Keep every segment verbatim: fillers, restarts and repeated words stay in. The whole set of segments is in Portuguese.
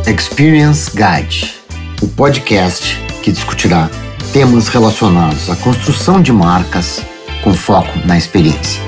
Experience Guide, o podcast que discutirá temas relacionados à construção de marcas com foco na experiência.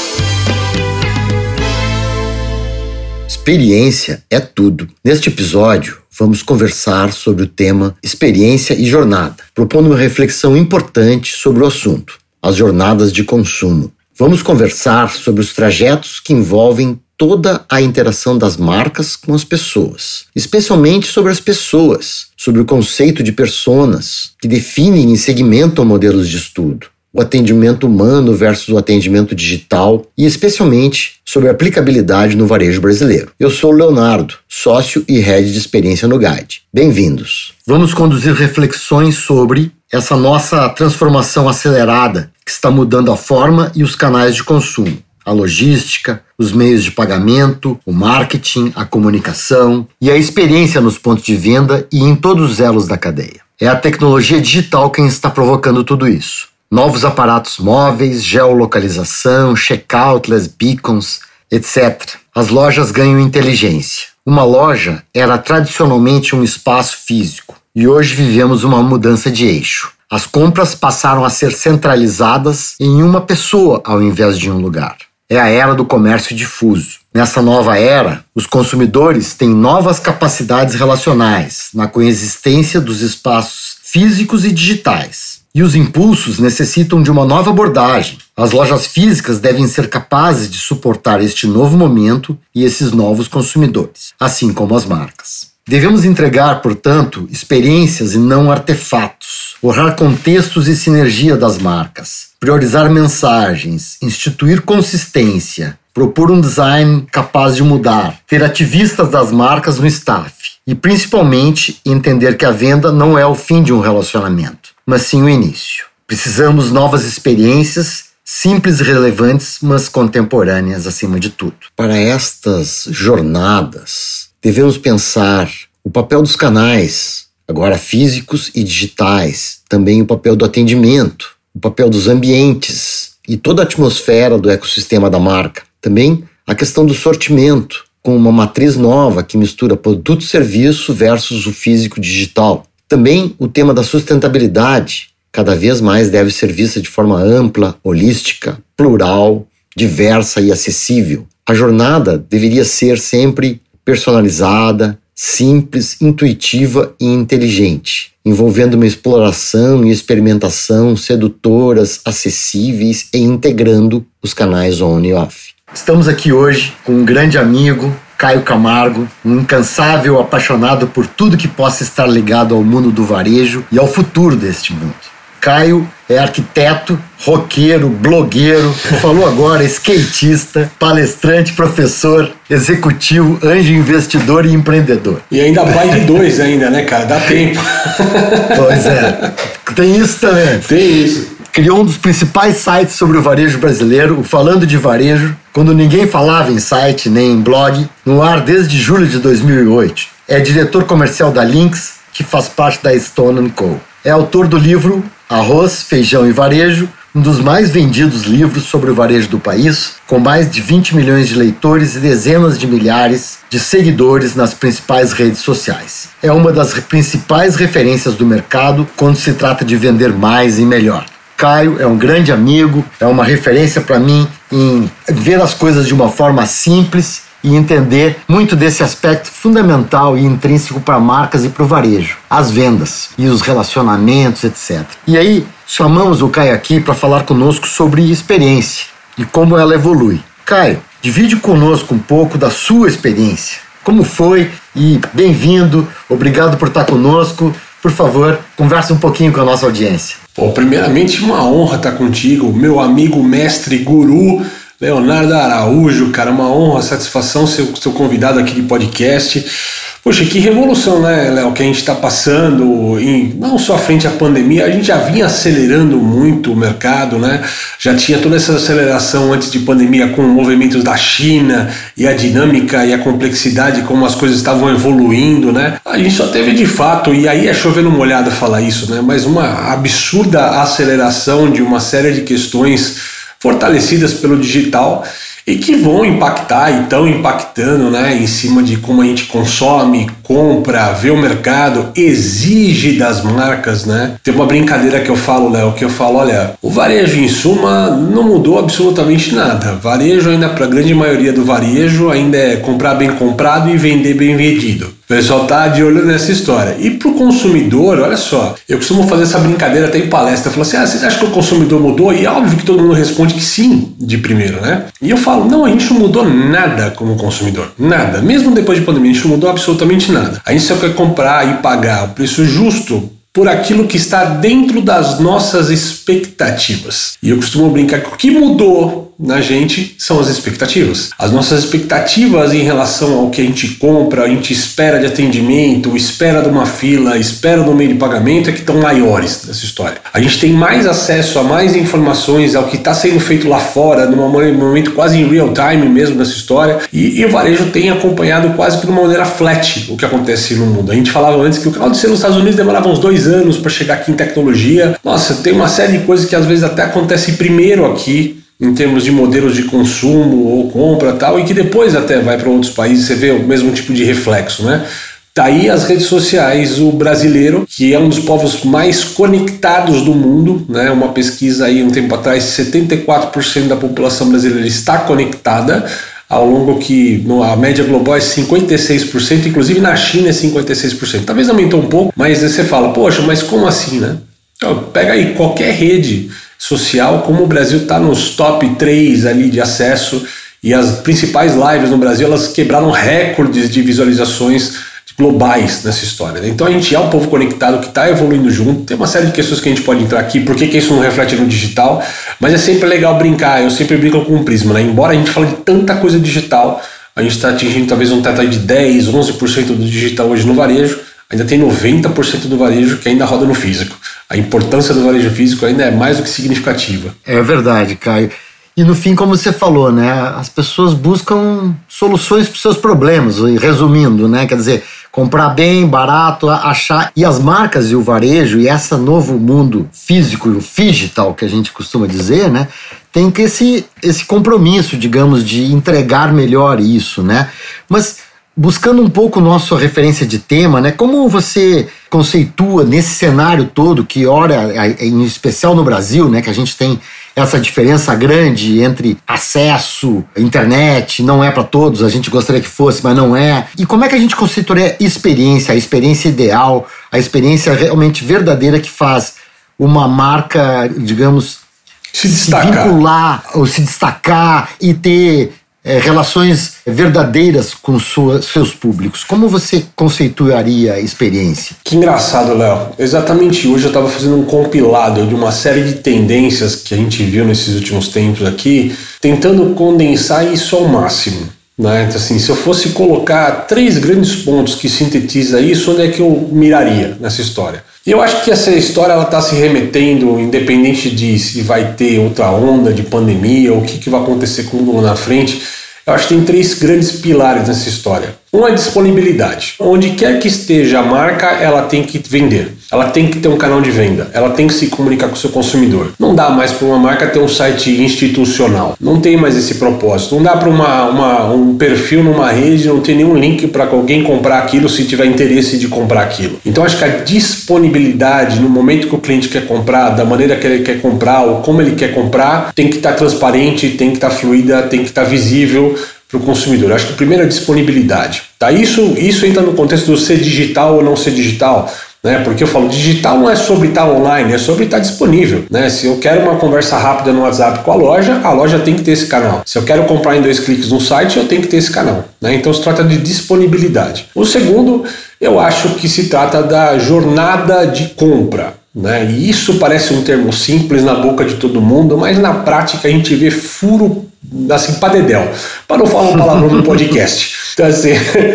Experiência é tudo. Neste episódio, vamos conversar sobre o tema experiência e jornada, propondo uma reflexão importante sobre o assunto, as jornadas de consumo. Vamos conversar sobre os trajetos que envolvem toda a interação das marcas com as pessoas, especialmente sobre as pessoas, sobre o conceito de personas, que definem e segmentam modelos de estudo, o atendimento humano versus o atendimento digital e especialmente sobre a aplicabilidade no varejo brasileiro. Eu sou o Leonardo, sócio e head de experiência no Guide. Bem-vindos. Vamos conduzir reflexões sobre essa nossa transformação acelerada que está mudando a forma e os canais de consumo, a logística, os meios de pagamento, o marketing, a comunicação e a experiência nos pontos de venda e em todos os elos da cadeia. É a tecnologia digital quem está provocando tudo isso. Novos aparatos móveis, geolocalização, checkoutless, beacons, etcétera. As lojas ganham inteligência. Uma loja era tradicionalmente um espaço físico e hoje vivemos uma mudança de eixo. As compras passaram a ser centralizadas em uma pessoa ao invés de um lugar. É a era do comércio difuso. Nessa nova era, os consumidores têm novas capacidades relacionais na coexistência dos espaços físicos e digitais. E os impulsos necessitam de uma nova abordagem. As lojas físicas devem ser capazes de suportar este novo momento e esses novos consumidores, assim como as marcas. Devemos entregar, portanto, experiências e não artefatos, honrar contextos e sinergia das marcas, priorizar mensagens, instituir consistência, propor um design capaz de mudar, ter ativistas das marcas no staff e, principalmente, entender que a venda não é o fim de um relacionamento, mas sim o início. Precisamos novas experiências, simples e relevantes, mas contemporâneas acima de tudo. Para estas jornadas, devemos pensar o papel dos canais, agora físicos e digitais, também o papel do atendimento, o papel dos ambientes e toda a atmosfera do ecossistema da marca. Também a questão do sortimento, com uma matriz nova que mistura produto e serviço versus o físico digital. Também o tema da sustentabilidade, cada vez mais deve ser vista de forma ampla, holística, plural, diversa e acessível. A jornada deveria ser sempre personalizada, simples, intuitiva e inteligente, envolvendo uma exploração e experimentação sedutoras, acessíveis e integrando os canais on e off. Estamos aqui hoje com um grande amigo, Caio Camargo, um incansável apaixonado por tudo que possa estar ligado ao mundo do varejo e ao futuro deste mundo. Caio é arquiteto, roqueiro, blogueiro, falou agora, skatista, palestrante, professor, executivo, anjo investidor e empreendedor. E ainda pai de dois ainda, né, cara? Dá tempo. Pois é. Tem isso também. Tem isso. Criou um dos principais sites sobre o varejo brasileiro, o Falando de Varejo, quando ninguém falava em site nem em blog, no ar desde julho de dois mil e oito. É diretor comercial da Lynx, que faz parte da Stone and Co. É autor do livro Arroz, Feijão e Varejo, um dos mais vendidos livros sobre o varejo do país, com mais de vinte milhões de leitores e dezenas de milhares de seguidores nas principais redes sociais. É uma das principais referências do mercado quando se trata de vender mais e melhor. Caio é um grande amigo, é uma referência para mim em ver as coisas de uma forma simples e entender muito desse aspecto fundamental e intrínseco para marcas e para o varejo, as vendas e os relacionamentos, etcétera. E aí, chamamos o Caio aqui para falar conosco sobre experiência e como ela evolui. Caio, divide conosco um pouco da sua experiência. Como foi? E bem-vindo, obrigado por estar conosco. Por favor, conversa um pouquinho com a nossa audiência. Pô, primeiramente, uma honra estar contigo, meu amigo, mestre, guru, Leonardo Araújo, cara, uma honra, satisfação ser o seu convidado aqui de podcast. Poxa, que revolução, né, Léo, que a gente está passando, em, não só frente à pandemia, a gente já vinha acelerando muito o mercado, né? Já tinha toda essa aceleração antes de pandemia com movimentos da China e a dinâmica e a complexidade, como as coisas estavam evoluindo, né? A gente só teve de fato, e aí é chover no molhado falar isso, né? Mas uma absurda aceleração de uma série de questões fortalecidas pelo digital. e que vão impactar e estão impactando, né, em cima de como a gente consome, compra, vê o mercado, exige das marcas, né? Tem uma brincadeira que eu falo, Léo, que eu falo, olha, o varejo em suma não mudou absolutamente nada. Varejo ainda, para a grande maioria do varejo, ainda é comprar bem comprado e vender bem vendido. O pessoal tá de olho nessa história. E pro consumidor, olha só, eu costumo fazer essa brincadeira até em palestra. Eu falo assim, ah, vocês acham que o consumidor mudou? E é óbvio que todo mundo responde que sim, de primeiro, né? E eu falo, não, a gente não mudou nada como consumidor. Nada. Mesmo depois de pandemia, a gente não mudou absolutamente nada. A gente só quer comprar e pagar o preço justo por aquilo que está dentro das nossas expectativas. E eu costumo brincar que o que mudou na gente são as expectativas. As nossas expectativas em relação ao que a gente compra, a gente espera de atendimento, espera de uma fila, espera do meio de pagamento é que estão maiores nessa história. A gente tem mais acesso a mais informações, ao que está sendo feito lá fora, num momento quase em real time mesmo nessa história, e, e o varejo tem acompanhado quase que de uma maneira flat o que acontece no mundo. A gente falava antes que o carro de ser nos Estados Unidos demorava uns dois anos para chegar aqui em tecnologia. Nossa, tem uma série de coisas que às vezes até acontece primeiro aqui, em termos de modelos de consumo ou compra e tal, e que depois até vai para outros países, você vê o mesmo tipo de reflexo, né? Tá aí as redes sociais, o brasileiro, que é um dos povos mais conectados do mundo, né? Uma pesquisa aí um tempo atrás, setenta e quatro por cento da população brasileira está conectada, ao longo que a média global é cinquenta e seis por cento, inclusive na China é cinquenta e seis por cento. Talvez aumentou um pouco, mas aí você fala, poxa, mas como assim, né? Então, pega aí qualquer rede social, como o Brasil está nos top três ali de acesso, e as principais lives no Brasil, elas quebraram recordes de visualizações globais nessa história. Então a gente é um povo conectado que está evoluindo junto. Tem uma série de questões que a gente pode entrar aqui, por que que isso não reflete no digital, mas é sempre legal brincar, eu sempre brinco com o prisma, né? Embora a gente fale de tanta coisa digital, a gente está atingindo talvez um teto aí de dez, onze por cento do digital hoje no varejo, ainda tem noventa por cento do varejo que ainda roda no físico. A importância do varejo físico ainda é mais do que significativa. É verdade, Caio. E no fim, como você falou, né, as pessoas buscam soluções para os seus problemas, resumindo, né, quer dizer, comprar bem, barato, achar. E as marcas e o varejo e esse novo mundo físico e o digital que a gente costuma dizer, né, tem que esse, esse compromisso, digamos, de entregar melhor isso, né? Mas buscando um pouco nossa referência de tema, né? Como você conceitua nesse cenário todo, que ora, em especial no Brasil, né, que a gente tem essa diferença grande entre acesso, internet, não é para todos, a gente gostaria que fosse, mas não é. E como é que a gente conceituaria experiência, a experiência ideal, a experiência realmente verdadeira que faz uma marca, digamos, se, se vincular ou se destacar e ter É, relações verdadeiras com sua, seus públicos? Como você conceituaria a experiência? Que engraçado, Léo. Exatamente hoje eu estava fazendo um compilado de uma série de tendências que a gente viu nesses últimos tempos aqui, tentando condensar isso ao máximo, né? Então, assim, se eu fosse colocar três grandes pontos que sintetiza isso, onde é que eu miraria nessa história? E eu acho que essa história ela está se remetendo, independente de se vai ter outra onda de pandemia ou o que, que vai acontecer com o mundo lá na frente. Eu acho que tem três grandes pilares nessa história. Um é a disponibilidade. Onde quer que esteja a marca, ela tem que vender. Ela tem que ter um canal de venda. Ela tem que se comunicar com o seu consumidor. Não dá mais para uma marca ter um site institucional. Não tem mais esse propósito. Não dá para uma, uma, um perfil numa rede, não tem nenhum link para alguém comprar aquilo se tiver interesse de comprar aquilo. Então acho que a disponibilidade no momento que o cliente quer comprar, da maneira que ele quer comprar ou como ele quer comprar, tem que estar transparente, tem que estar fluida, tem que estar visível para o consumidor. Acho que o primeiro é a disponibilidade. Tá? Isso, isso entra no contexto do ser digital ou não ser digital, né? Porque eu falo, digital não é sobre estar online, é sobre estar disponível, né? Se eu quero uma conversa rápida no WhatsApp com a loja, a loja tem que ter esse canal. Se eu quero comprar em dois cliques no site, eu tenho que ter esse canal, né? Então se trata de disponibilidade. O segundo, eu acho que se trata da jornada de compra, né? E isso parece um termo simples na boca de todo mundo, mas na prática a gente vê furo assim, padedel, para não falar uma palavra no podcast. Então, assim,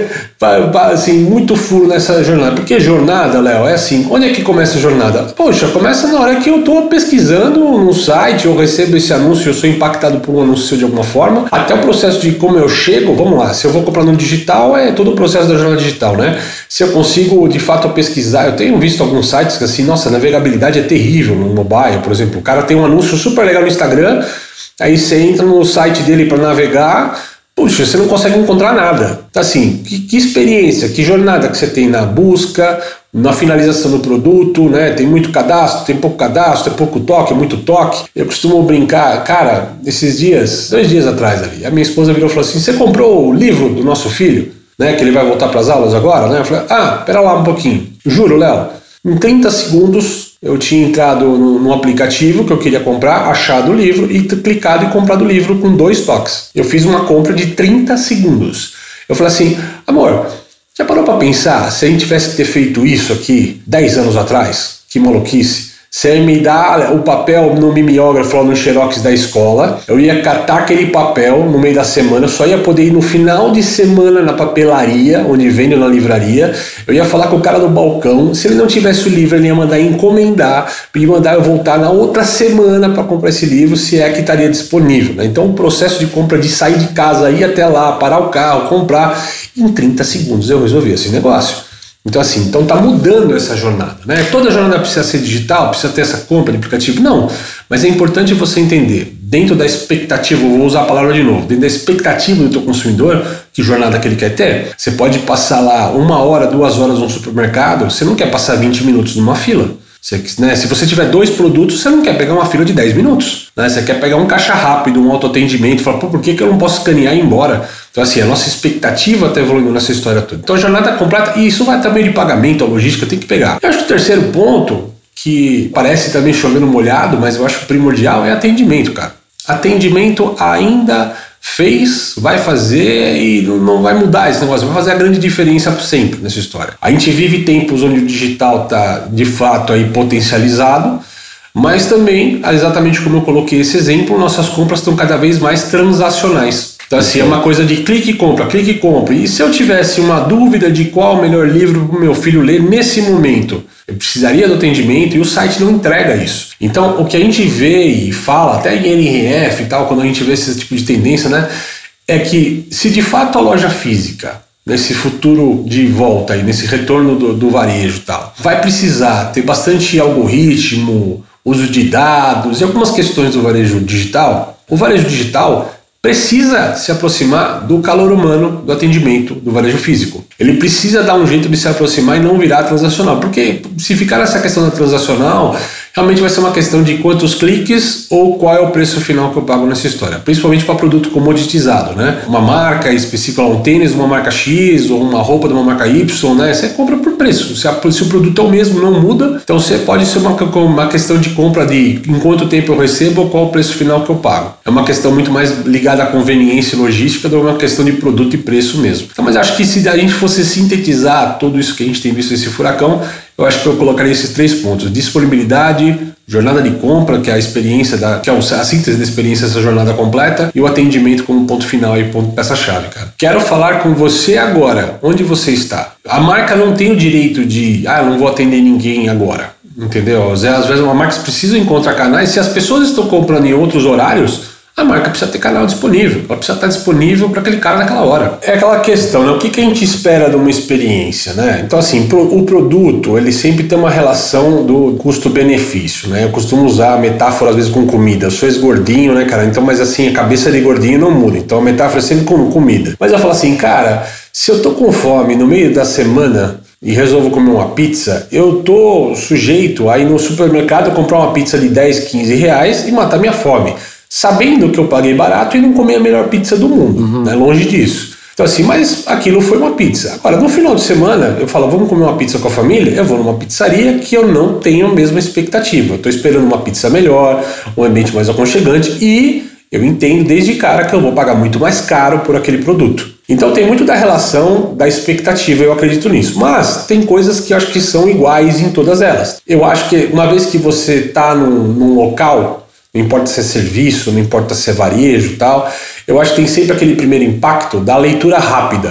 assim, muito furo nessa jornada. Porque jornada, Léo, é assim, onde é que começa a jornada? Poxa, começa na hora que eu estou pesquisando num site, eu recebo esse anúncio, eu sou impactado por um anúncio de alguma forma, até o processo de como eu chego, vamos lá, se eu vou comprar no digital, é todo o processo da jornada digital, né? Se eu consigo, de fato, pesquisar, eu tenho visto alguns sites que assim, nossa, a navegabilidade é terrível no mobile, por exemplo, o cara tem um anúncio super legal no Instagram, aí você entra no site dele para navegar, puxa, você não consegue encontrar nada. Então, assim, que, que experiência, que jornada que você tem na busca, na finalização do produto, né? Tem muito cadastro, tem pouco cadastro, é pouco toque, é muito toque. Eu costumo brincar, cara, esses dias, dois dias atrás ali, a minha esposa virou e falou assim, você comprou o livro do nosso filho, né? Que ele vai voltar para as aulas agora, né? Eu falei, ah, pera lá um pouquinho. Juro, Léo, em trinta segundos eu tinha entrado no, no aplicativo que eu queria comprar, achado o livro e clicado e comprado o livro com dois toques. Eu fiz uma compra de trinta segundos. Eu falei assim, amor, já parou para pensar se a gente tivesse que ter feito isso aqui dez anos atrás? Que maluquice. Você me dá o papel no mimeógrafo, no xerox da escola, eu ia catar aquele papel no meio da semana, eu só ia poder ir no final de semana na papelaria, onde vende na livraria, eu ia falar com o cara do balcão, se ele não tivesse o livro, ele ia mandar encomendar, e mandar eu voltar na outra semana para comprar esse livro, se é que estaria disponível, né? Então o processo de compra, de sair de casa, ir até lá, parar o carro, comprar, em trinta segundos eu resolvi esse negócio. Então assim, então tá mudando essa jornada, né? Toda jornada precisa ser digital, precisa ter essa compra de aplicativo? Não, mas é importante você entender, dentro da expectativa, eu vou usar a palavra de novo, dentro da expectativa do teu consumidor, que jornada que ele quer ter, você pode passar lá uma hora, duas horas no supermercado, você não quer passar vinte minutos numa fila. Você, né, se você tiver dois produtos, você não quer pegar uma fila de dez minutos, né? Você quer pegar um caixa rápido, um autoatendimento, falar, pô, por que, que eu não posso escanear e ir embora? Então assim, a nossa expectativa está evoluindo nessa história toda. Então a jornada completa, e isso vai também de pagamento, a logística tem que pegar. Eu acho que o terceiro ponto, que parece também chovendo molhado, mas eu acho primordial, é atendimento, cara. Atendimento ainda fez, vai fazer e não vai mudar esse negócio, vai fazer a grande diferença sempre nessa história. A gente vive tempos onde o digital está de fato aí potencializado, mas também, exatamente como eu coloquei esse exemplo, nossas compras estão cada vez mais transacionais. Então assim, é uma coisa de clique e compra, clique e compra. E se eu tivesse uma dúvida de qual o melhor livro para o meu filho ler nesse momento, eu precisaria do atendimento e o site não entrega isso. Então o que a gente vê e fala, até em N R F e tal, quando a gente vê esse tipo de tendência, né, é que se de fato a loja física, nesse futuro de volta aí, nesse retorno do, do varejo e tal, vai precisar ter bastante algoritmo, uso de dados e algumas questões do varejo digital, o varejo digital precisa se aproximar do calor humano do atendimento do varejo físico. Ele precisa dar um jeito de se aproximar e não virar transacional, porque se ficar nessa questão da transacional, realmente vai ser uma questão de quantos cliques ou qual é o preço final que eu pago nessa história, principalmente para produto comoditizado, né? Uma marca específica, um tênis de uma marca X ou uma roupa de uma marca Y, né? Você compra por preço, se, a, se o produto é o mesmo, não muda, então você pode ser uma, uma questão de compra de em quanto tempo eu recebo ou qual o preço final que eu pago. É uma questão muito mais ligada à conveniência e logística do que uma questão de produto e preço mesmo. Então, mas acho que se a gente fosse sintetizar tudo isso que a gente tem visto nesse furacão, eu acho que eu colocaria esses três pontos: disponibilidade, jornada de compra, que é a experiência, da, que é a síntese da experiência dessa jornada completa, e o atendimento como ponto final e ponto peça-chave, cara. Quero falar com você agora, onde você está. A marca não tem o direito de, ah, eu não vou atender ninguém agora, entendeu? Às vezes uma marca precisa encontrar canais, se as pessoas estão comprando em outros horários, a marca precisa ter canal disponível, ela precisa estar disponível para aquele cara naquela hora. É aquela questão, né? O que, que a gente espera de uma experiência, né? Então assim, o produto, ele sempre tem uma relação do custo-benefício, né? Eu costumo usar a metáfora às vezes com comida. Eu sou ex-gordinho, né, cara? Então, mas assim, a cabeça de gordinho não muda. Então a metáfora é sempre com comida. Mas eu falo assim, cara, se eu tô com fome no meio da semana e resolvo comer uma pizza, eu tô sujeito a ir no supermercado comprar uma pizza de dez, quinze reais e matar minha fome, sabendo que eu paguei barato e não comi a melhor pizza do mundo, uhum. né? Longe disso. Então assim, mas aquilo foi uma pizza. Agora, no final de semana, eu falo, vamos comer uma pizza com a família? Eu vou numa pizzaria que eu não tenho a mesma expectativa. Eu estou esperando uma pizza melhor, um ambiente mais aconchegante e eu entendo desde cara que eu vou pagar muito mais caro por aquele produto. Então tem muito da relação da expectativa, eu acredito nisso. Mas tem coisas que eu acho que são iguais em todas elas. Eu acho que uma vez que você está num, num local, não importa se é serviço, não importa se é varejo e tal, eu acho que tem sempre aquele primeiro impacto da leitura rápida.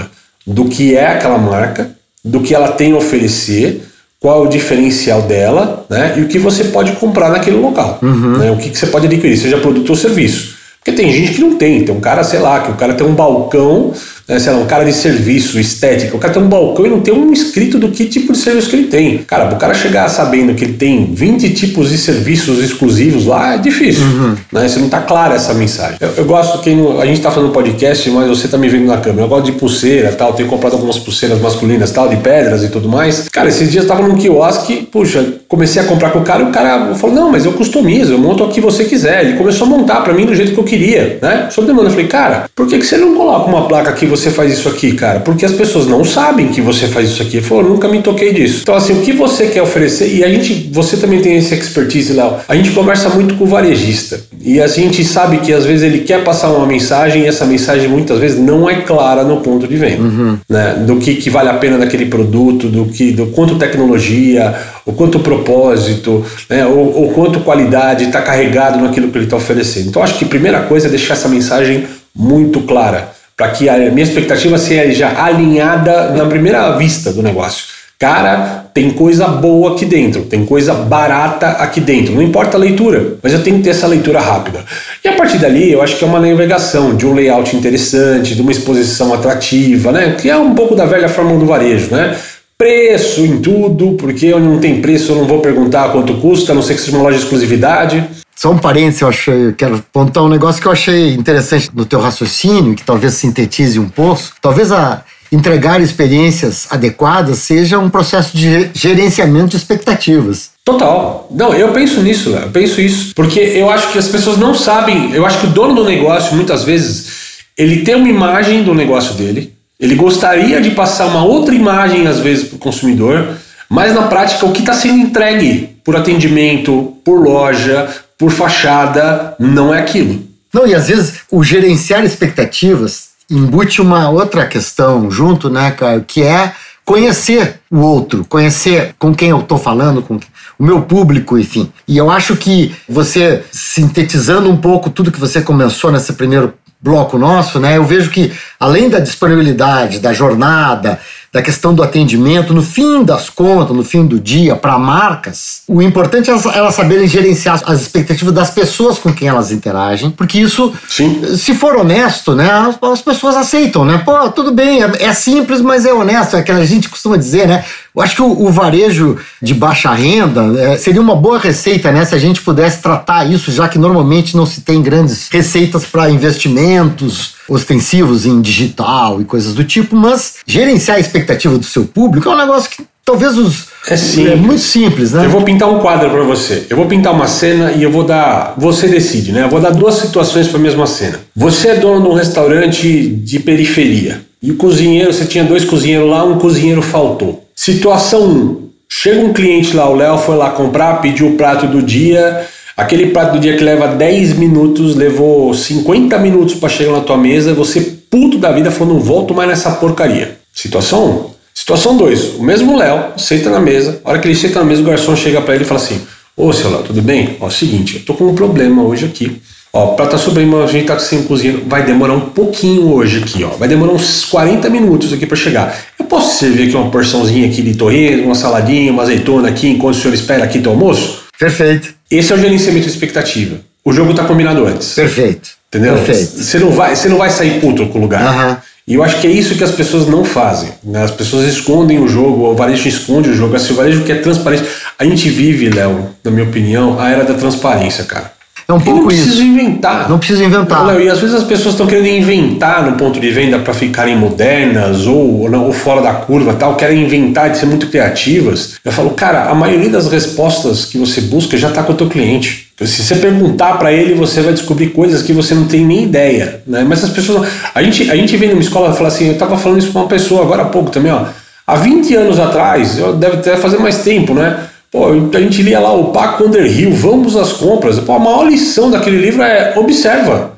do que é aquela marca, do que ela tem a oferecer, qual é o diferencial dela, né? E o que você pode comprar naquele local, uhum. né? O que, que você pode adquirir, seja produto ou serviço. Porque tem gente que não tem, tem um cara, sei lá, que o cara tem um balcão, né, sei lá, um cara de serviço, estética, o cara tem um balcão e não tem um escrito do que tipo de serviço que ele tem. Cara, o cara chegar sabendo que ele tem vinte tipos de serviços exclusivos lá, é difícil, uhum. né? Você não tá clara essa mensagem. Eu, eu gosto, que a gente tá fazendo podcast, mas você tá me vendo na câmera, eu gosto de pulseira, tal, tenho comprado algumas pulseiras masculinas, tal, de pedras e tudo mais. Cara, esses dias eu tava num quiosque, puxa, comecei a comprar com o cara e o cara falou, não, mas eu customizo, eu monto o que você quiser. Ele começou a montar pra mim do jeito que eu queria, né? Sob demanda. Eu falei, cara, por que, que você não coloca uma placa que você faz isso aqui, cara? Porque as pessoas não sabem que você faz isso aqui. Ele falou, nunca me toquei disso. Então, assim, o que você quer oferecer, e a gente, você também tem esse expertise, Léo, a gente conversa muito com o varejista, e a gente sabe que às vezes ele quer passar uma mensagem, e essa mensagem muitas vezes não é clara no ponto de venda, uhum. né? Do que, que vale a pena daquele produto, do, que, do quanto tecnologia, o quanto propósito, né? ou, ou quanto qualidade está carregado naquilo que ele está oferecendo. Então, acho que a primeira coisa é deixar essa mensagem muito clara, para que a minha expectativa seja alinhada na primeira vista do negócio. Cara, tem coisa boa aqui dentro, tem coisa barata aqui dentro, não importa a leitura, mas eu tenho que ter essa leitura rápida. E a partir dali, eu acho que é uma navegação de um layout interessante, de uma exposição atrativa, né? Que é um pouco da velha fórmula do varejo, né? Preço em tudo, porque onde não tem preço eu não vou perguntar quanto custa, a não ser que seja uma loja de exclusividade. Só um parênteses, eu achei, quero apontar um negócio que eu achei interessante no teu raciocínio, que talvez sintetize um pouco. Talvez a entregar experiências adequadas seja um processo de gerenciamento de expectativas. Total. Não, eu penso nisso, eu penso isso. Porque eu acho que as pessoas não sabem, eu acho que o dono do negócio, muitas vezes, ele tem uma imagem do negócio dele, ele gostaria de passar uma outra imagem, às vezes, para o consumidor, mas na prática o que está sendo entregue por atendimento, por loja, por fachada, não é aquilo. Não, e às vezes o gerenciar expectativas embute uma outra questão junto, né, cara, que é conhecer o outro, conhecer com quem eu estou falando, com o meu público, enfim. E eu acho que você, sintetizando um pouco tudo que você começou nesse primeiro bloco nosso, né, eu vejo que além da disponibilidade, da jornada, da questão do atendimento, no fim das contas, no fim do dia, para marcas, o importante é elas saberem gerenciar as expectativas das pessoas com quem elas interagem, porque isso, Sim. se for honesto, né, as, as pessoas aceitam, né? Pô, tudo bem, é, é simples, mas é honesto, é que a gente costuma dizer, né? Eu acho que o, o varejo de baixa renda é, seria uma boa receita, né, se a gente pudesse tratar isso, já que normalmente não se tem grandes receitas para investimentos ostensivos em digital e coisas do tipo, mas gerenciar a expectativa do seu público é um negócio que talvez os... É, sim. é muito simples, né? Eu vou pintar um quadro para você. Eu vou pintar uma cena e eu vou dar... Você decide, né? Eu vou dar duas situações para a mesma cena. Você é dono de um restaurante de periferia e o cozinheiro, você tinha dois cozinheiros lá, um cozinheiro faltou. Situação um. Chega um cliente lá, o Léo foi lá comprar, pediu o prato do dia... Aquele prato do dia que leva dez minutos, levou cinquenta minutos para chegar na tua mesa, você puto da vida falou, não volto mais nessa porcaria. Situação um. Situação dois. O mesmo Léo senta na mesa, a hora que ele senta na mesa, o garçom chega para ele e fala assim, ô, seu Léo, tudo bem? Ó, seguinte, eu tô com um problema hoje aqui. Ó, pra tá sobrando, a gente tá sem cozinha, vai demorar um pouquinho hoje aqui, ó. Vai demorar uns quarenta minutos aqui para chegar. Eu posso servir aqui uma porçãozinha aqui de torresmo, uma saladinha, uma azeitona aqui, enquanto o senhor espera aqui teu almoço? Perfeito. Esse é o gerenciamento de expectativa. O jogo tá combinado antes. Perfeito. Entendeu? Perfeito. Você não vai, você não vai sair puto com o lugar. Uhum. E eu acho que é isso que as pessoas não fazem, né? As pessoas escondem o jogo, o varejo esconde o jogo. Se o varejo quer transparência... A gente vive, Léo, na minha opinião, a era da transparência, cara. É um pouco isso. Não precisa inventar. Não precisa inventar. Léo, e às vezes as pessoas estão querendo inventar no ponto de venda para ficarem modernas ou, ou fora da curva, tal, querem inventar de ser muito criativas. Eu falo, cara, a maioria das respostas que você busca já está com o teu cliente. Se você perguntar para ele, você vai descobrir coisas que você não tem nem ideia, né? Mas as pessoas... A gente, a gente vem numa escola e fala assim, eu estava falando isso para uma pessoa agora há pouco também, ó. Há vinte anos atrás, eu deve até fazer mais tempo, né? Pô, a gente lia lá o Paco Underhill, Vamos às Compras. Pô, a maior lição daquele livro é observa.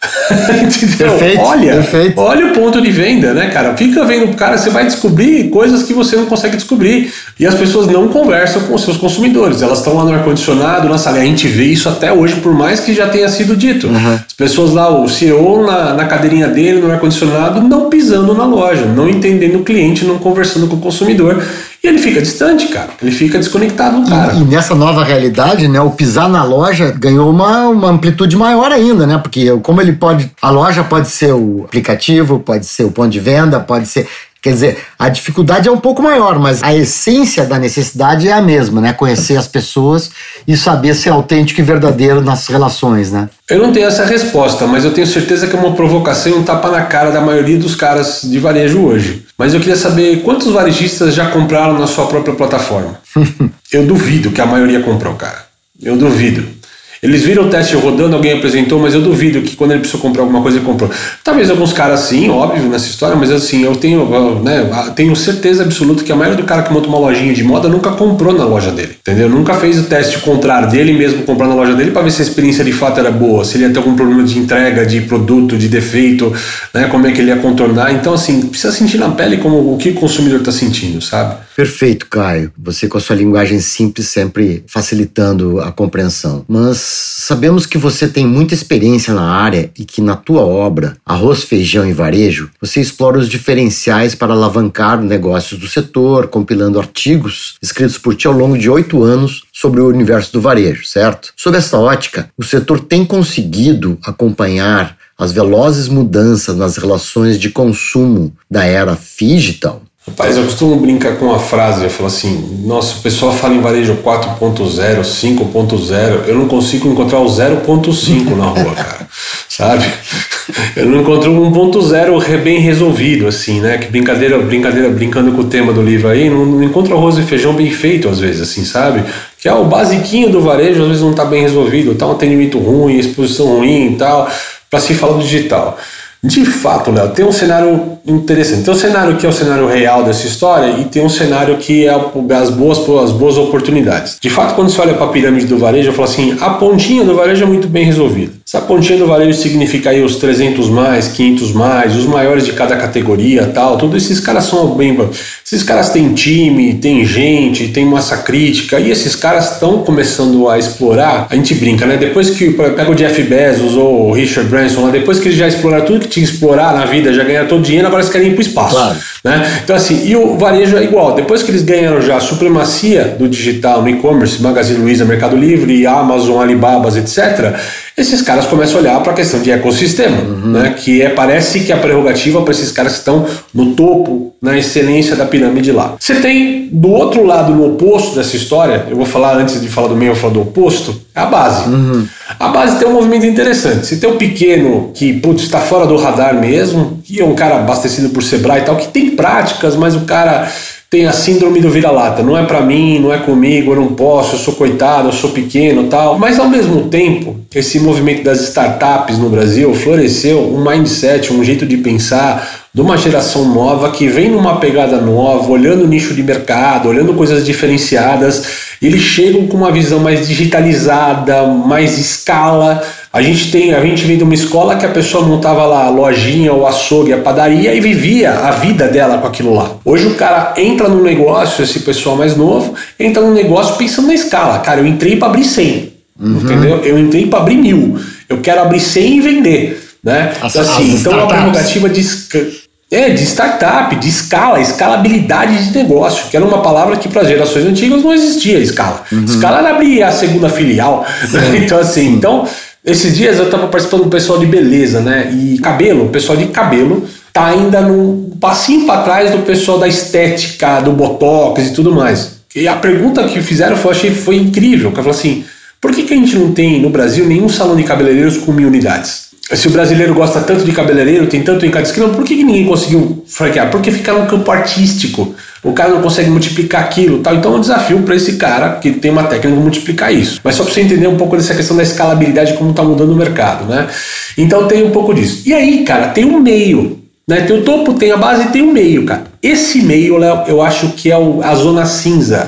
Perfeito, olha, perfeito. olha o ponto de venda, né, cara? Fica vendo o cara, você vai descobrir coisas que você não consegue descobrir. E as pessoas não conversam com os seus consumidores. Elas estão lá no ar-condicionado, na sala. A gente vê isso até hoje, por mais que já tenha sido dito. Uhum. As pessoas lá, o C E O na, na cadeirinha dele, no ar-condicionado, não pisando na loja, não entendendo o cliente, não conversando com o consumidor. E ele fica distante, cara. Ele fica desconectado do cara. E, e nessa nova realidade, né, o pisar na loja ganhou uma, uma amplitude maior ainda, né? Porque como ele pode... A loja pode ser o aplicativo, pode ser o ponto de venda, pode ser... Quer dizer, a dificuldade é um pouco maior, mas a essência da necessidade é a mesma, né? Conhecer as pessoas e saber ser autêntico e verdadeiro nas relações, né? Eu não tenho essa resposta, mas eu tenho certeza que é uma provocação e um tapa na cara da maioria dos caras de varejo hoje. Mas eu queria saber quantos varejistas já compraram na sua própria plataforma? Eu duvido que a maioria comprou, cara. Eu duvido. Eles viram o teste rodando, alguém apresentou, mas eu duvido que quando ele precisou comprar alguma coisa, ele comprou. Talvez alguns caras sim, óbvio, nessa história, mas assim, eu tenho, né, tenho certeza absoluta que a maioria do cara que monta uma lojinha de moda nunca comprou na loja dele, entendeu? Nunca fez o teste contrário dele mesmo comprar na loja dele para ver se a experiência de fato era boa, se ele ia ter algum problema de entrega, de produto, de defeito, né, como é que ele ia contornar. Então, assim, precisa sentir na pele como o que o consumidor está sentindo, sabe? Perfeito, Caio. Você com a sua linguagem simples sempre facilitando a compreensão. Mas sabemos que você tem muita experiência na área e que na tua obra, Arroz, Feijão e Varejo, você explora os diferenciais para alavancar negócios do setor, compilando artigos escritos por ti ao longo de oito anos sobre o universo do varejo, certo? Sob essa ótica, o setor tem conseguido acompanhar as velozes mudanças nas relações de consumo da era digital? Rapaz, eu costumo brincar com uma frase, eu falo assim, nossa, o pessoal fala em varejo quatro ponto zero, cinco ponto zero, eu não consigo encontrar o zero ponto cinco na rua, cara, sabe? Eu não encontro um ponto zero bem resolvido, assim, né? Que brincadeira, brincadeira, brincando com o tema do livro aí, não, não encontro arroz e feijão bem feito, às vezes, assim, sabe? Que é o basiquinho do varejo, às vezes não tá bem resolvido, tá um atendimento ruim, exposição ruim e tal, para se falar do digital. De fato, Léo, tem um cenário interessante. Tem um cenário que é o cenário real dessa história e tem um cenário que é as boas, as boas oportunidades. De fato, quando você olha para a pirâmide do varejo, eu falo assim, a pontinha do varejo é muito bem resolvida. Essa pontinha do varejo significa aí os trezentos mais, quinhentos mais, os maiores de cada categoria, tal. Todos esses caras são bem... Esses caras têm time, tem gente, tem massa crítica e esses caras estão começando a explorar. A gente brinca, né? Depois que pega o Jeff Bezos ou o Richard Branson, tudo que eles já exploraram, tudo que tinha que explorar na vida, já ganharam todo o dinheiro, agora eles querem ir para o espaço. Claro. Né? Então assim, e o varejo é igual, depois que eles ganharam já a supremacia do digital no e-commerce, Magazine Luiza, Mercado Livre, Amazon, Alibabas, etcétera, esses caras começam a olhar para a questão de ecossistema, uhum. né? Que é, parece que a prerrogativa para esses caras que estão no topo, na excelência da pirâmide lá. Você tem do outro lado, no oposto dessa história, eu vou falar antes de falar do meio, eu vou falar do oposto, é a base. Uhum. A base tem um movimento interessante. Você tem o pequeno que, putz, está fora do radar mesmo, que é um cara abastecido por Sebrae e tal, que tem práticas, mas o cara tem a síndrome do vira-lata. Não é pra mim, não é comigo, eu não posso, eu sou coitado, eu sou pequeno e tal. Mas ao mesmo tempo, esse movimento das startups no Brasil floresceu um mindset, um jeito de pensar de uma geração nova que vem numa pegada nova, olhando o nicho de mercado, olhando coisas diferenciadas. Eles chegam com uma visão mais digitalizada, mais escala. A gente tem, a gente vem de uma escola que a pessoa montava lá a lojinha, o açougue, a padaria e vivia a vida dela com aquilo lá. Hoje o cara entra num negócio, esse pessoal mais novo, entra num negócio pensando na escala. Cara, eu entrei para abrir cem, uhum. entendeu? Eu entrei para abrir mil. Eu quero abrir cem e vender, né? As, então, assim, então é uma prerrogativa de... É, de startup, de escala, escalabilidade de negócio, que era uma palavra que para as gerações antigas não existia, escala. Uhum. Escala era abrir a segunda filial. Né? Então, assim, então, esses dias eu estava participando do pessoal de beleza, né? E cabelo, o pessoal de cabelo tá ainda num passinho para trás do pessoal da estética, do botox e tudo mais. E a pergunta que fizeram foi, achei, foi incrível, que eu falei assim, por que, que a gente não tem no Brasil nenhum salão de cabeleireiros com mil unidades? Se o brasileiro gosta tanto de cabeleireiro, tem tanto em cada esquina, por que, que ninguém conseguiu franquear? Porque fica num campo artístico, o cara não consegue multiplicar aquilo, tal. Então é um desafio para esse cara que tem uma técnica de multiplicar isso. Mas só para você entender um pouco dessa questão da escalabilidade, como está mudando o mercado, né? Então tem um pouco disso. E aí, cara, tem um meio, né? Tem o topo, tem a base e tem o meio, cara. Esse meio, Léo, eu acho que é o, a zona cinza.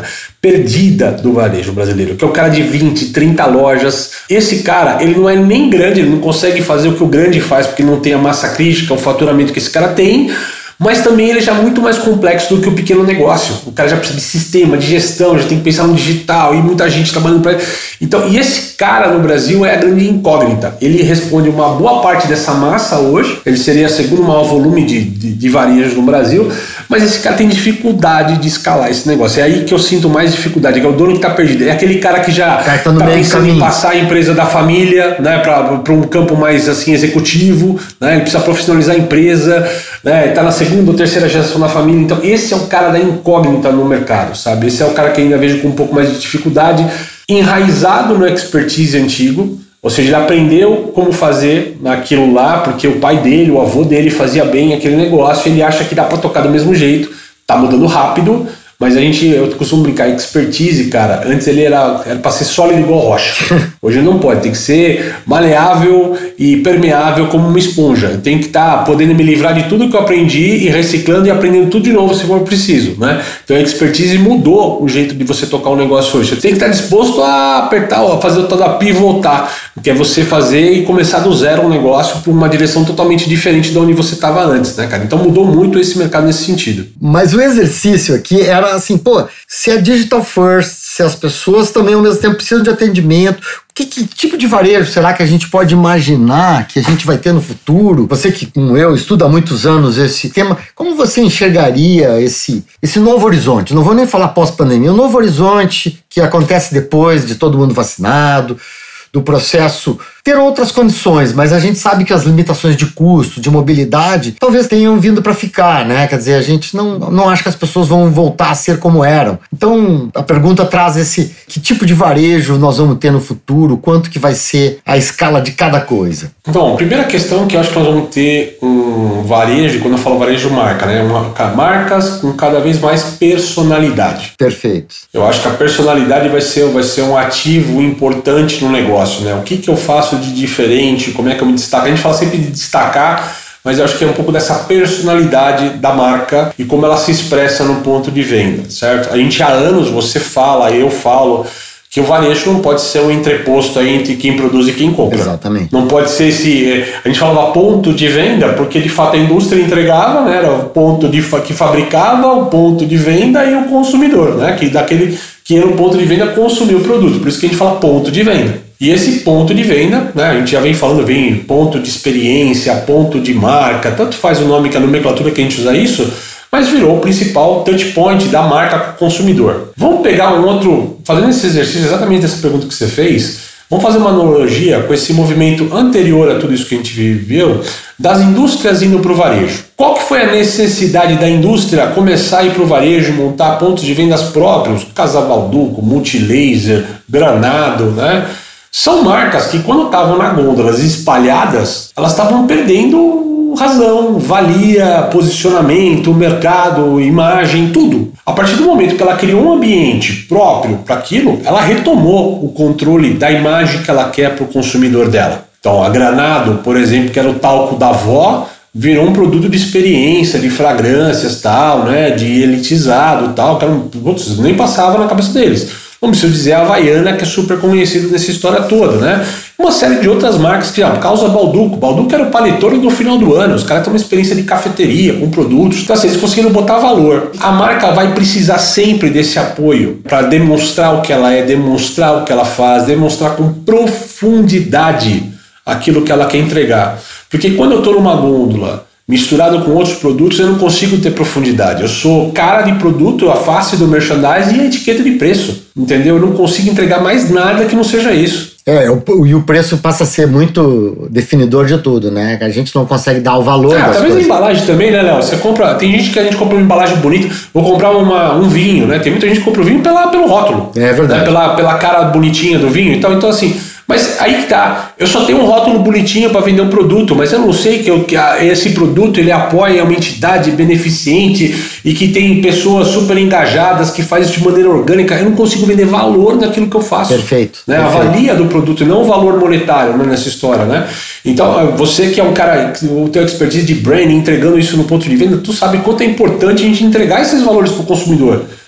perdida do varejo brasileiro, que é o cara de vinte, trinta lojas. Esse cara, ele não é nem grande, ele não consegue fazer o que o grande faz, porque não tem a massa crítica, o faturamento que esse cara tem, mas também ele é já muito mais complexo do que o pequeno negócio. O cara já precisa de sistema, de gestão, já tem que pensar no digital e muita gente trabalhando para ele. Então, e esse cara no Brasil é a grande incógnita. Ele responde uma boa parte dessa massa hoje, ele seria o segundo maior volume de, de, de varejos no Brasil, mas esse cara tem dificuldade de escalar esse negócio. É aí que eu sinto mais dificuldade, que é o dono que está perdido. É aquele cara que já está tá pensando em passar a empresa da família, né, para um campo mais assim, executivo, né, ele precisa profissionalizar a empresa, né, está na segunda ou terceira geração da família. Então esse é o cara da incógnita no mercado, sabe? Esse é o cara que ainda vejo com um pouco mais de dificuldade, enraizado no expertise antigo, ou seja, ele aprendeu como fazer naquilo lá, porque o pai dele, o avô dele fazia bem aquele negócio, ele acha que dá para tocar do mesmo jeito, tá mudando rápido, mas a gente, eu costumo brincar, expertise, cara, antes ele era, era para ser sólido igual rocha. Hoje não pode, tem que ser maleável e permeável como uma esponja. Tem que estar tá podendo me livrar de tudo que eu aprendi e reciclando e aprendendo tudo de novo se for preciso, né? Então a expertise mudou o jeito de você tocar um negócio hoje. Você tem que estar tá disposto a apertar, a fazer o tal da pivotar, que é você fazer e começar do zero um negócio por uma direção totalmente diferente de onde você estava antes, né, cara? Então mudou muito esse mercado nesse sentido. Mas o exercício aqui era assim, pô, se é digital first, se as pessoas também ao mesmo tempo precisam de atendimento, que, que tipo de varejo será que a gente pode imaginar que a gente vai ter no futuro? Você que, como eu, estuda há muitos anos esse tema, como você enxergaria esse, esse novo horizonte? Não vou nem falar pós-pandemia, um novo horizonte que acontece depois de todo mundo vacinado, do processo ter outras condições, mas a gente sabe que as limitações de custo, de mobilidade, talvez tenham vindo para ficar, né? Quer dizer, a gente não, não acha que as pessoas vão voltar a ser como eram. Então, a pergunta traz esse, que tipo de varejo nós vamos ter no futuro, quanto que vai ser a escala de cada coisa? Então, a primeira questão é que eu acho que nós vamos ter um varejo, quando eu falo varejo marca, né? Uma, marcas com cada vez mais personalidade. Perfeito. Eu acho que a personalidade vai ser, vai ser um ativo importante no negócio, né? O que que eu faço de diferente, como é que eu me destaco? A gente fala sempre de destacar, mas eu acho que é um pouco dessa personalidade da marca e como ela se expressa no ponto de venda, certo? A gente há anos, você fala, eu falo, que o varejo não pode ser um entreposto aí entre quem produz e quem compra. Exatamente. Não pode ser esse... A gente falava ponto de venda, porque de fato a indústria entregava, né? Era o ponto de, que fabricava, o ponto de venda e o consumidor, né? Que, daquele, que era o ponto de venda consumir o produto. Por isso que a gente fala ponto de venda. E esse ponto de venda, né, a gente já vem falando, vem ponto de experiência, ponto de marca, tanto faz o nome que a nomenclatura que a gente usa isso, mas virou o principal touch point da marca com o consumidor. Vamos pegar um outro, fazendo esse exercício exatamente dessa pergunta que você fez, vamos fazer uma analogia com esse movimento anterior a tudo isso que a gente viveu, das indústrias indo para o varejo. Qual que foi a necessidade da indústria começar a ir para o varejo, montar pontos de vendas próprios, Casa Balduco, Multilaser, Granado, né? São marcas que quando estavam na gôndolas espalhadas, elas estavam perdendo razão, valia, posicionamento, mercado, imagem, tudo. A partir do momento que ela criou um ambiente próprio para aquilo, ela retomou o controle da imagem que ela quer para o consumidor dela. Então a Granado, por exemplo, que era o talco da avó, virou um produto de experiência, de fragrâncias, tal, né, de elitizado, tal, que era um, putz, nem passava na cabeça deles. Não preciso dizer a Havaiana, que é super conhecida nessa história toda, né? Uma série de outras marcas que, ó, causa Balduco. Balduco era o paletone do final do ano. Os caras têm uma experiência de cafeteria, com produtos. Então, assim, eles conseguiram botar valor. A marca vai precisar sempre desse apoio para demonstrar o que ela é, demonstrar o que ela faz, demonstrar com profundidade aquilo que ela quer entregar. Porque quando eu estou numa gôndola misturado com outros produtos, eu não consigo ter profundidade. Eu sou cara de produto, a face do merchandising e a etiqueta de preço, entendeu? Eu não consigo entregar mais nada que não seja isso. É, o, e o preço passa a ser muito definidor de tudo, né? A gente não consegue dar o valor ah, das talvez coisas. A embalagem também, né, Léo? Você compra, tem gente que a gente compra uma embalagem bonita, vou comprar uma, um vinho, né? Tem muita gente que compra o vinho pela, pelo rótulo. É verdade. Né? Pela, pela cara bonitinha do vinho e tal. Então, assim... Mas aí que tá, eu só tenho um rótulo bonitinho para vender um produto, mas eu não sei que, eu, que a, esse produto ele apoia uma entidade beneficente e que tem pessoas super engajadas que faz isso de maneira orgânica. Eu não consigo vender valor naquilo que eu faço. Perfeito. Né? perfeito. A valia do produto e não o valor monetário, né, nessa história, né? Então, você que é um cara, o teu expertise de branding, entregando isso no ponto de venda, tu sabe quanto é importante a gente entregar esses valores para o consumidor.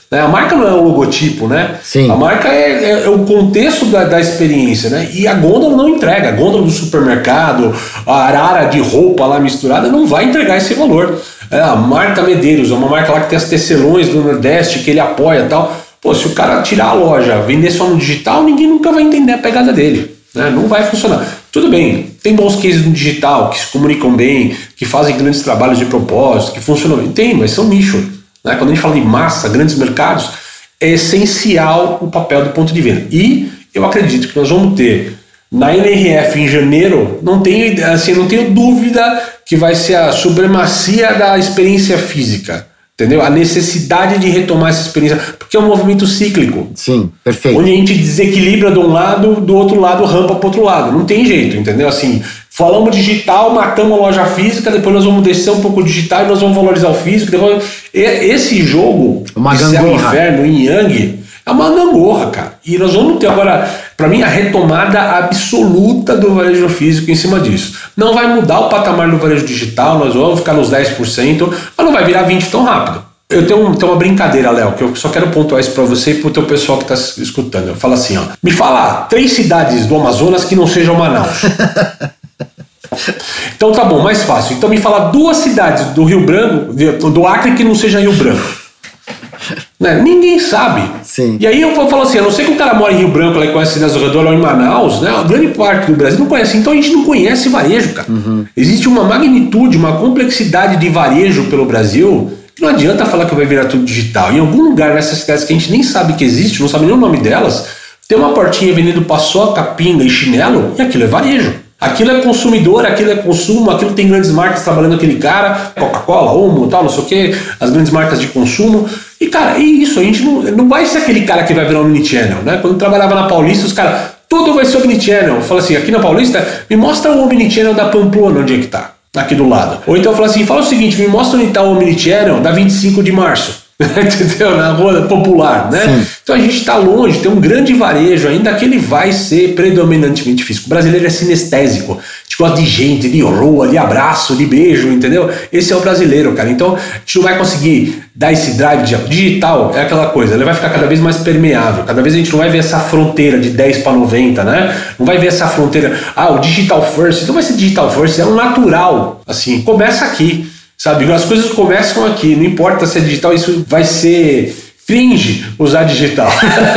Né? A marca não é o logotipo, né? Sim. A marca é, é, é o contexto da, da experiência, né? E a gôndola não entrega. A gôndola do supermercado, a arara de roupa lá misturada não vai entregar esse valor. É, a marca Medeiros é uma marca lá que tem as tecelões do Nordeste que ele apoia e tal. Pô, se o cara tirar a loja, vender só no digital, ninguém nunca vai entender a pegada dele. Né? Não vai funcionar. Tudo bem, tem bons cases no digital que se comunicam bem, que fazem grandes trabalhos de propósito, que funcionam bem. Tem, mas são nicho. Né? Quando a gente fala de massa, grandes mercados, é essencial o papel do ponto de venda. E eu acredito que nós vamos ter na N R F em janeiro, não tenho, assim, não tenho dúvida que vai ser a supremacia da experiência física. Entendeu? A necessidade de retomar essa experiência, porque é um movimento cíclico. Sim, perfeito. Onde a gente desequilibra de um lado, do outro lado rampa para o outro lado. Não tem jeito, entendeu? Assim, falamos digital, matamos a loja física, depois nós vamos descer um pouco o digital e nós vamos valorizar o físico. Depois... Esse jogo, uma de céu e inferno, em Yang, é uma gangorra, cara. E nós vamos ter agora, para mim, a retomada absoluta do varejo físico em cima disso. Não vai mudar o patamar do varejo digital, nós vamos ficar nos dez por cento, mas não vai virar vinte por cento tão rápido. Eu tenho, um, tenho uma brincadeira, Léo, que eu só quero pontuar isso para você e para o teu pessoal que está escutando. Eu falo assim, ó, me fala três cidades do Amazonas que não sejam Manaus. Então tá bom, mais fácil. Então me fala duas cidades do Rio Branco, do Acre que não seja Rio Branco. Né? Ninguém sabe. Sim. E aí eu falo assim, a não ser que o cara mora em Rio Branco, lá e conhece cidades ao redor, ou em Manaus, né? A grande parte do Brasil não conhece. Então a gente não conhece varejo, cara. Uhum. Existe uma magnitude, uma complexidade de varejo pelo Brasil que não adianta falar que vai virar tudo digital. Em algum lugar nessas cidades que a gente nem sabe que existe, não sabe nem o nome delas, tem uma portinha vendendo paçoca, pinga e chinelo, e aquilo é varejo. Aquilo é consumidor, aquilo é consumo, aquilo tem grandes marcas trabalhando aquele cara, Coca-Cola, Omo, tal, não sei o que, as grandes marcas de consumo. E, cara, é isso, a gente não, não vai ser aquele cara que vai virar um omnichannel, né? Quando eu trabalhava na Paulista, os caras, tudo vai ser omnichannel. Eu falo assim, aqui na Paulista, me mostra o omnichannel da Pamplona, onde é que tá, aqui do lado. Ou então eu falo assim, fala o seguinte, me mostra onde tá o omnichannel da vinte e cinco de março. Entendeu? Na rua popular, né? Sim. Então a gente está longe, tem um grande varejo ainda que ele vai ser predominantemente físico. O brasileiro é sinestésico, a gente gosta de gente, de rua, de abraço, de beijo, entendeu? Esse é o brasileiro, cara. Então a gente não vai conseguir dar esse drive de digital, é aquela coisa, ele vai ficar cada vez mais permeável, cada vez a gente não vai ver essa fronteira de dez para noventa, né? Não vai ver essa fronteira, ah, o digital first, não vai ser digital first, é um natural, assim, começa aqui. Sabe, as coisas começam aqui, não importa se é digital, isso vai ser cringe usar digital.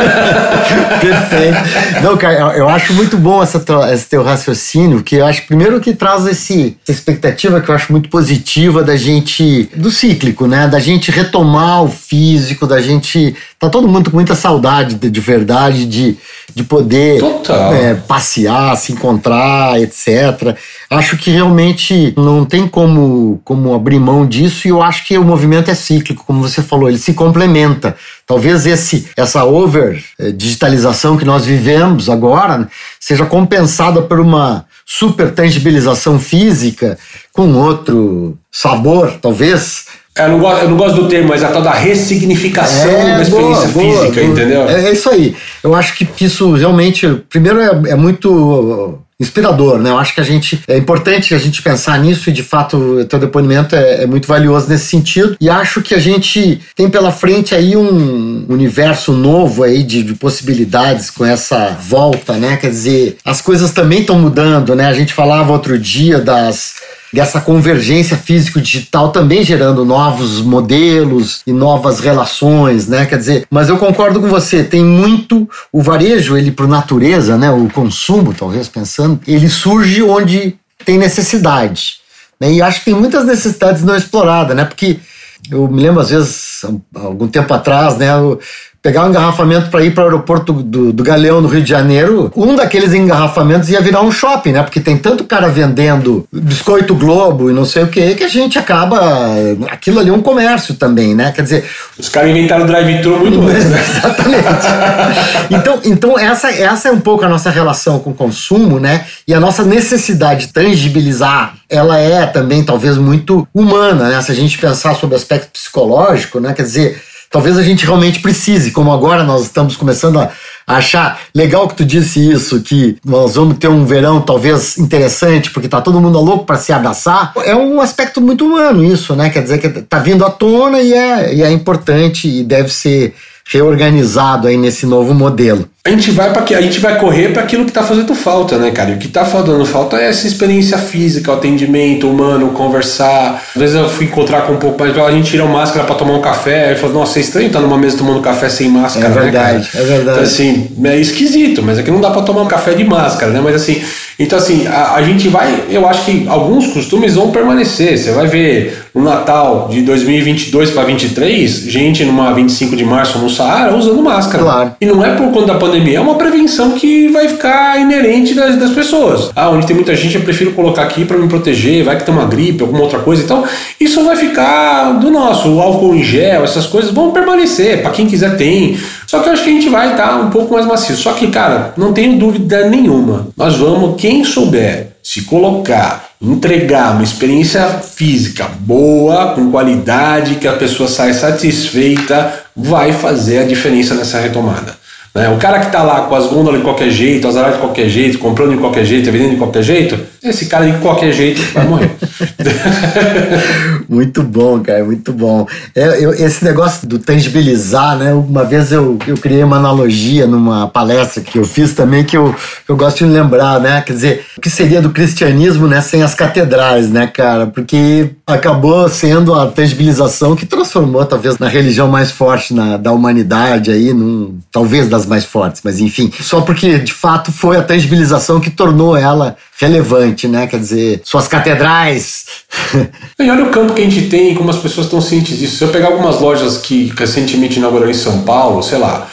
Perfeito. Não, cara, eu acho muito bom essa tua, esse teu raciocínio, que eu acho primeiro que traz esse, essa expectativa que eu acho muito positiva da gente, do cíclico, né? Da gente retomar o físico, da gente... Tá todo mundo com muita saudade de, de verdade, de, de poder é, passear, se encontrar, etcétera. Acho que realmente não tem como, como abrir mão disso, e eu acho que o movimento é cíclico, como você falou, ele se complementa. Talvez esse, essa over-digitalização que nós vivemos agora seja compensada por uma super tangibilização física com outro sabor, talvez. Eu não, gosto, eu não gosto do termo, mas a tal da ressignificação é, da experiência boa, física, boa, entendeu? É, é isso aí. Eu acho que isso realmente, primeiro, é, é muito inspirador, né? Eu acho que a gente, é importante a gente pensar nisso, e de fato o teu depoimento é, é muito valioso nesse sentido, e acho que a gente tem pela frente aí um universo novo aí de, de possibilidades com essa volta, né? Quer dizer, as coisas também estão mudando, né? A gente falava outro dia das... dessa convergência físico-digital também gerando novos modelos e novas relações, né? Quer dizer, mas eu concordo com você, tem muito o varejo, ele por natureza, né? O consumo, talvez pensando, ele surge onde tem necessidade, né? E acho que tem muitas necessidades não exploradas, né? Porque eu me lembro, às vezes, algum tempo atrás, né? Eu, pegar um engarrafamento para ir para o aeroporto do, do Galeão, no Rio de Janeiro, um daqueles engarrafamentos ia virar um shopping, né? Porque tem tanto cara vendendo biscoito Globo e não sei o que, que a gente acaba... Aquilo ali é um comércio também, né? Quer dizer... Os caras inventaram o drive-thru muito antes, né? Exatamente. Então, então essa, essa é um pouco a nossa relação com o consumo, né? E a nossa necessidade de tangibilizar, ela é também talvez muito humana, né? Se a gente pensar sobre o aspecto psicológico, né? Quer dizer... talvez a gente realmente precise, como agora nós estamos começando a achar legal que tu disse isso, que nós vamos ter um verão talvez interessante, porque tá todo mundo louco para se abraçar. É um aspecto muito humano isso, né? Quer dizer que tá vindo à tona e é, e é importante e deve ser reorganizado aí nesse novo modelo. A gente vai para que a gente vai correr para aquilo que está fazendo falta, né, cara? E o que está fazendo falta é essa experiência física, o atendimento humano, conversar. Às vezes eu fui encontrar com um pouco mais, a gente tira máscara para tomar um café, e fala, nossa, é estranho estar numa mesa tomando café sem máscara, é verdade, né, cara? É verdade. Então, assim, é esquisito, mas é que não dá para tomar um café de máscara, né? Mas assim, então assim, a, a gente vai, eu acho que alguns costumes vão permanecer. Você vai ver no Natal de dois mil e vinte e dois para vinte e três, gente numa vinte e cinco de março no Saara usando máscara. Claro. E não é por conta da pandemia. É uma prevenção que vai ficar inerente das, das pessoas. Ah, onde tem muita gente eu prefiro colocar aqui para me proteger, vai que tem uma gripe, alguma outra coisa. Então, isso vai ficar do nosso. O álcool em gel, essas coisas vão permanecer. Para quem quiser tem. Só que eu acho que a gente vai estar um pouco mais macio. Só que, cara, não tenho dúvida nenhuma. Nós vamos, quem souber se colocar, entregar uma experiência física boa, com qualidade, que a pessoa saia satisfeita, vai fazer a diferença nessa retomada. Né? O cara que está lá com as gôndolas de qualquer jeito, as araras de qualquer jeito, comprando de qualquer jeito, vendendo de qualquer jeito, esse cara de qualquer jeito vai morrer. Muito bom, cara, muito bom. É, eu, esse negócio do tangibilizar, né? Uma vez eu, eu criei uma analogia numa palestra que eu fiz também, que eu, eu gosto de lembrar, né? Quer dizer, o que seria do cristianismo, né, sem as catedrais, né, cara? Porque acabou sendo a tangibilização que transformou, talvez, na religião mais forte na, da humanidade aí, num, talvez das mais fortes, mas enfim, só porque de fato foi a tangibilização que tornou ela relevante, né? Quer dizer, suas catedrais. E olha o campo que a gente tem e como as pessoas estão cientes disso. Se eu pegar algumas lojas que recentemente inauguraram em São Paulo, sei lá,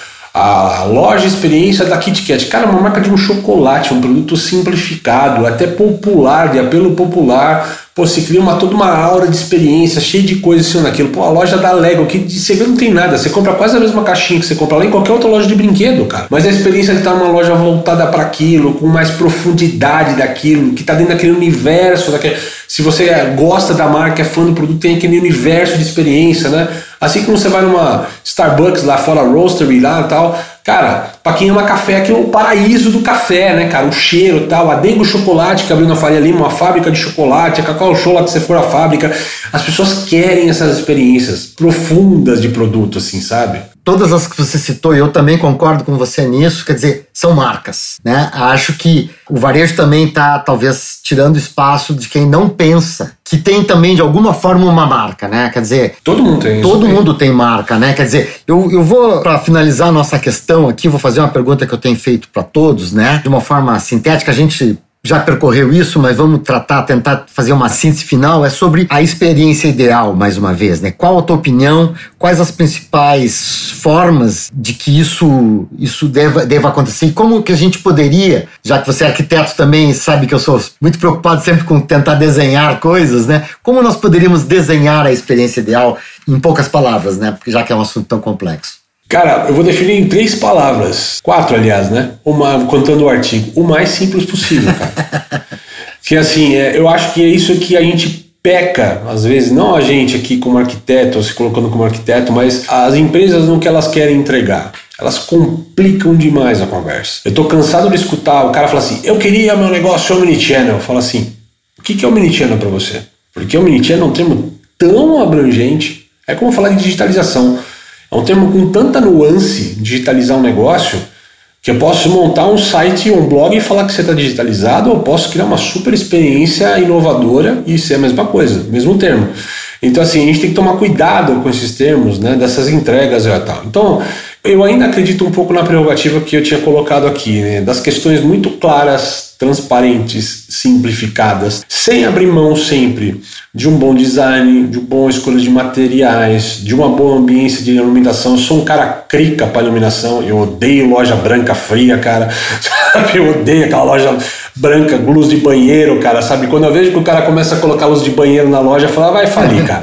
a loja experiência da Kit Kat, cara, uma marca de um chocolate, um produto simplificado, até popular, de apelo popular. Pô, se cria uma, toda uma aura de experiência, cheia de coisas assim naquilo. Pô, a loja da Lego, que de segredo não tem nada. Você compra quase a mesma caixinha que você compra lá em qualquer outra loja de brinquedo, cara. Mas a experiência de estar numa loja voltada para aquilo, com mais profundidade daquilo, que tá dentro daquele universo, daquele... se você gosta da marca, é fã do produto, tem aquele universo de experiência, né? Assim como você vai numa Starbucks lá fora, Roastery lá e tal, cara, pra quem ama café, aqui é o paraíso do café, né, cara? O cheiro e tal, a Dengo Chocolate que abriu na Faria Lima, uma fábrica de chocolate, a Cacau Show lá que você for à fábrica. As pessoas querem essas experiências profundas de produto, assim, sabe? Todas as que você citou, eu também concordo com você nisso, quer dizer, são marcas, né? Acho que o varejo também está, talvez, tirando espaço de quem não pensa, que tem também, de alguma forma, uma marca, né? Quer dizer... Todo mundo tem. Todo mundo tem marca, né? Quer dizer, eu, eu vou, para finalizar a nossa questão aqui, vou fazer uma pergunta que eu tenho feito para todos, né? De uma forma sintética, a gente... já percorreu isso, mas vamos tratar, tentar fazer uma síntese final, é sobre a experiência ideal, mais uma vez, né? Qual a tua opinião, quais as principais formas de que isso, isso deva, deva acontecer e como que a gente poderia, já que você é arquiteto também, sabe que eu sou muito preocupado sempre com tentar desenhar coisas, né? Como nós poderíamos desenhar a experiência ideal em poucas palavras, né? Porque já que é um assunto tão complexo. Cara, eu vou definir em três palavras. Quatro, aliás, né? Uma, contando o artigo. O mais simples possível, cara. Que assim, é, eu acho que é isso que a gente peca, às vezes, não a gente aqui como arquiteto, ou se colocando como arquiteto, mas as empresas no que elas querem entregar. Elas complicam demais a conversa. Eu tô cansado de escutar o cara falar assim, eu queria meu negócio omnichannel. Eu falo assim, o que é omnichannel para você? Porque omnichannel é um termo tão abrangente, é como falar de digitalização. É um termo com tanta nuance, digitalizar um negócio, que eu posso montar um site, um blog e falar que você está digitalizado, ou eu posso criar uma super experiência inovadora e ser a mesma coisa, mesmo termo. Então assim, a gente tem que tomar cuidado com esses termos, né, dessas entregas e tal. Então, eu ainda acredito um pouco na prerrogativa que eu tinha colocado aqui, né, das questões muito claras, transparentes, simplificadas, sem abrir mão sempre de um bom design, de uma boa escolha de materiais, de uma boa ambiência de iluminação. Eu sou um cara crica para iluminação, eu odeio loja branca fria, cara, eu odeio aquela loja branca, luz de banheiro, cara, sabe? Quando eu vejo que o cara começa a colocar luz de banheiro na loja, eu falo, vai falir, cara.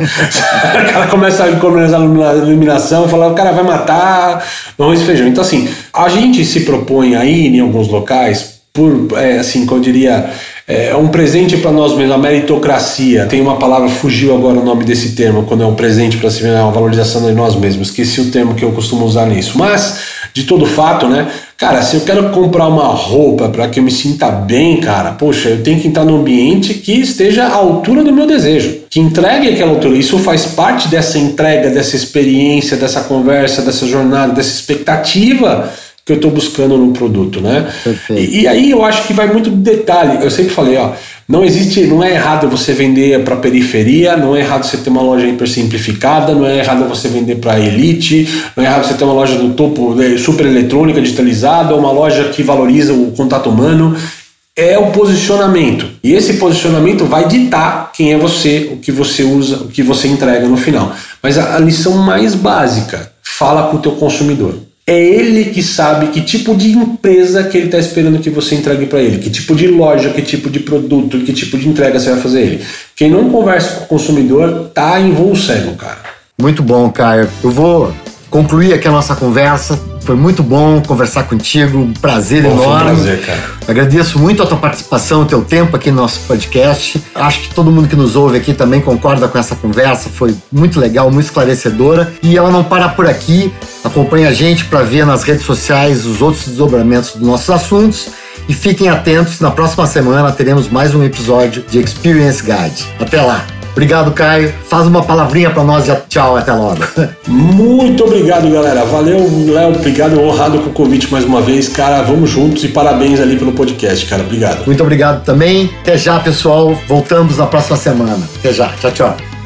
O cara começa a economizar a iluminação, eu falo, o cara vai matar arroz e feijão. Então assim, a gente se propõe aí em alguns locais por é, assim, como eu diria, é um presente para nós mesmos, a meritocracia. Tem uma palavra, fugiu agora o nome desse termo, quando é um presente para si mesmo, é uma valorização de nós mesmos. Esqueci o termo que eu costumo usar nisso. Mas, de todo fato, né? Cara, se eu quero comprar uma roupa para que eu me sinta bem, cara, poxa, eu tenho que entrar num ambiente que esteja à altura do meu desejo, que entregue aquela altura. Isso faz parte dessa entrega, dessa experiência, dessa conversa, dessa jornada, dessa expectativa que eu estou buscando no produto, né? Perfeito. E, e aí eu acho que vai muito do detalhe. Eu sempre falei, ó, não existe, não é errado você vender para periferia, não é errado você ter uma loja hiper simplificada, não é errado você vender para elite, não é errado você ter uma loja do topo super eletrônica, digitalizada, uma loja que valoriza o contato humano. É o posicionamento. E esse posicionamento vai ditar quem é você, o que você usa, o que você entrega no final. Mas a, a lição mais básica, fala com o teu consumidor. É ele que sabe que tipo de empresa que ele está esperando que você entregue para ele, que tipo de loja, que tipo de produto, que tipo de entrega você vai fazer ele. Quem não conversa com o consumidor tá em voo cego, cara. Muito bom, Caio. Eu vou concluir aqui a nossa conversa. Foi muito bom conversar contigo, um prazer bom, enorme. Foi um prazer, cara. Agradeço muito a tua participação, o teu tempo aqui no nosso podcast. Acho que todo mundo que nos ouve aqui também concorda com essa conversa. Foi muito legal, muito esclarecedora. E ela não para por aqui. Acompanhe a gente para ver nas redes sociais os outros desdobramentos dos nossos assuntos. E fiquem atentos, na próxima semana teremos mais um episódio de Experience Guide. Até lá! Obrigado, Caio. Faz uma palavrinha para nós e tchau, até logo. Muito obrigado, galera. Valeu, Léo. Obrigado, honrado com o convite mais uma vez. Cara, vamos juntos e parabéns ali pelo podcast, cara. Obrigado. Muito obrigado também. Até já, pessoal. Voltamos na próxima semana. Até já. Tchau, tchau.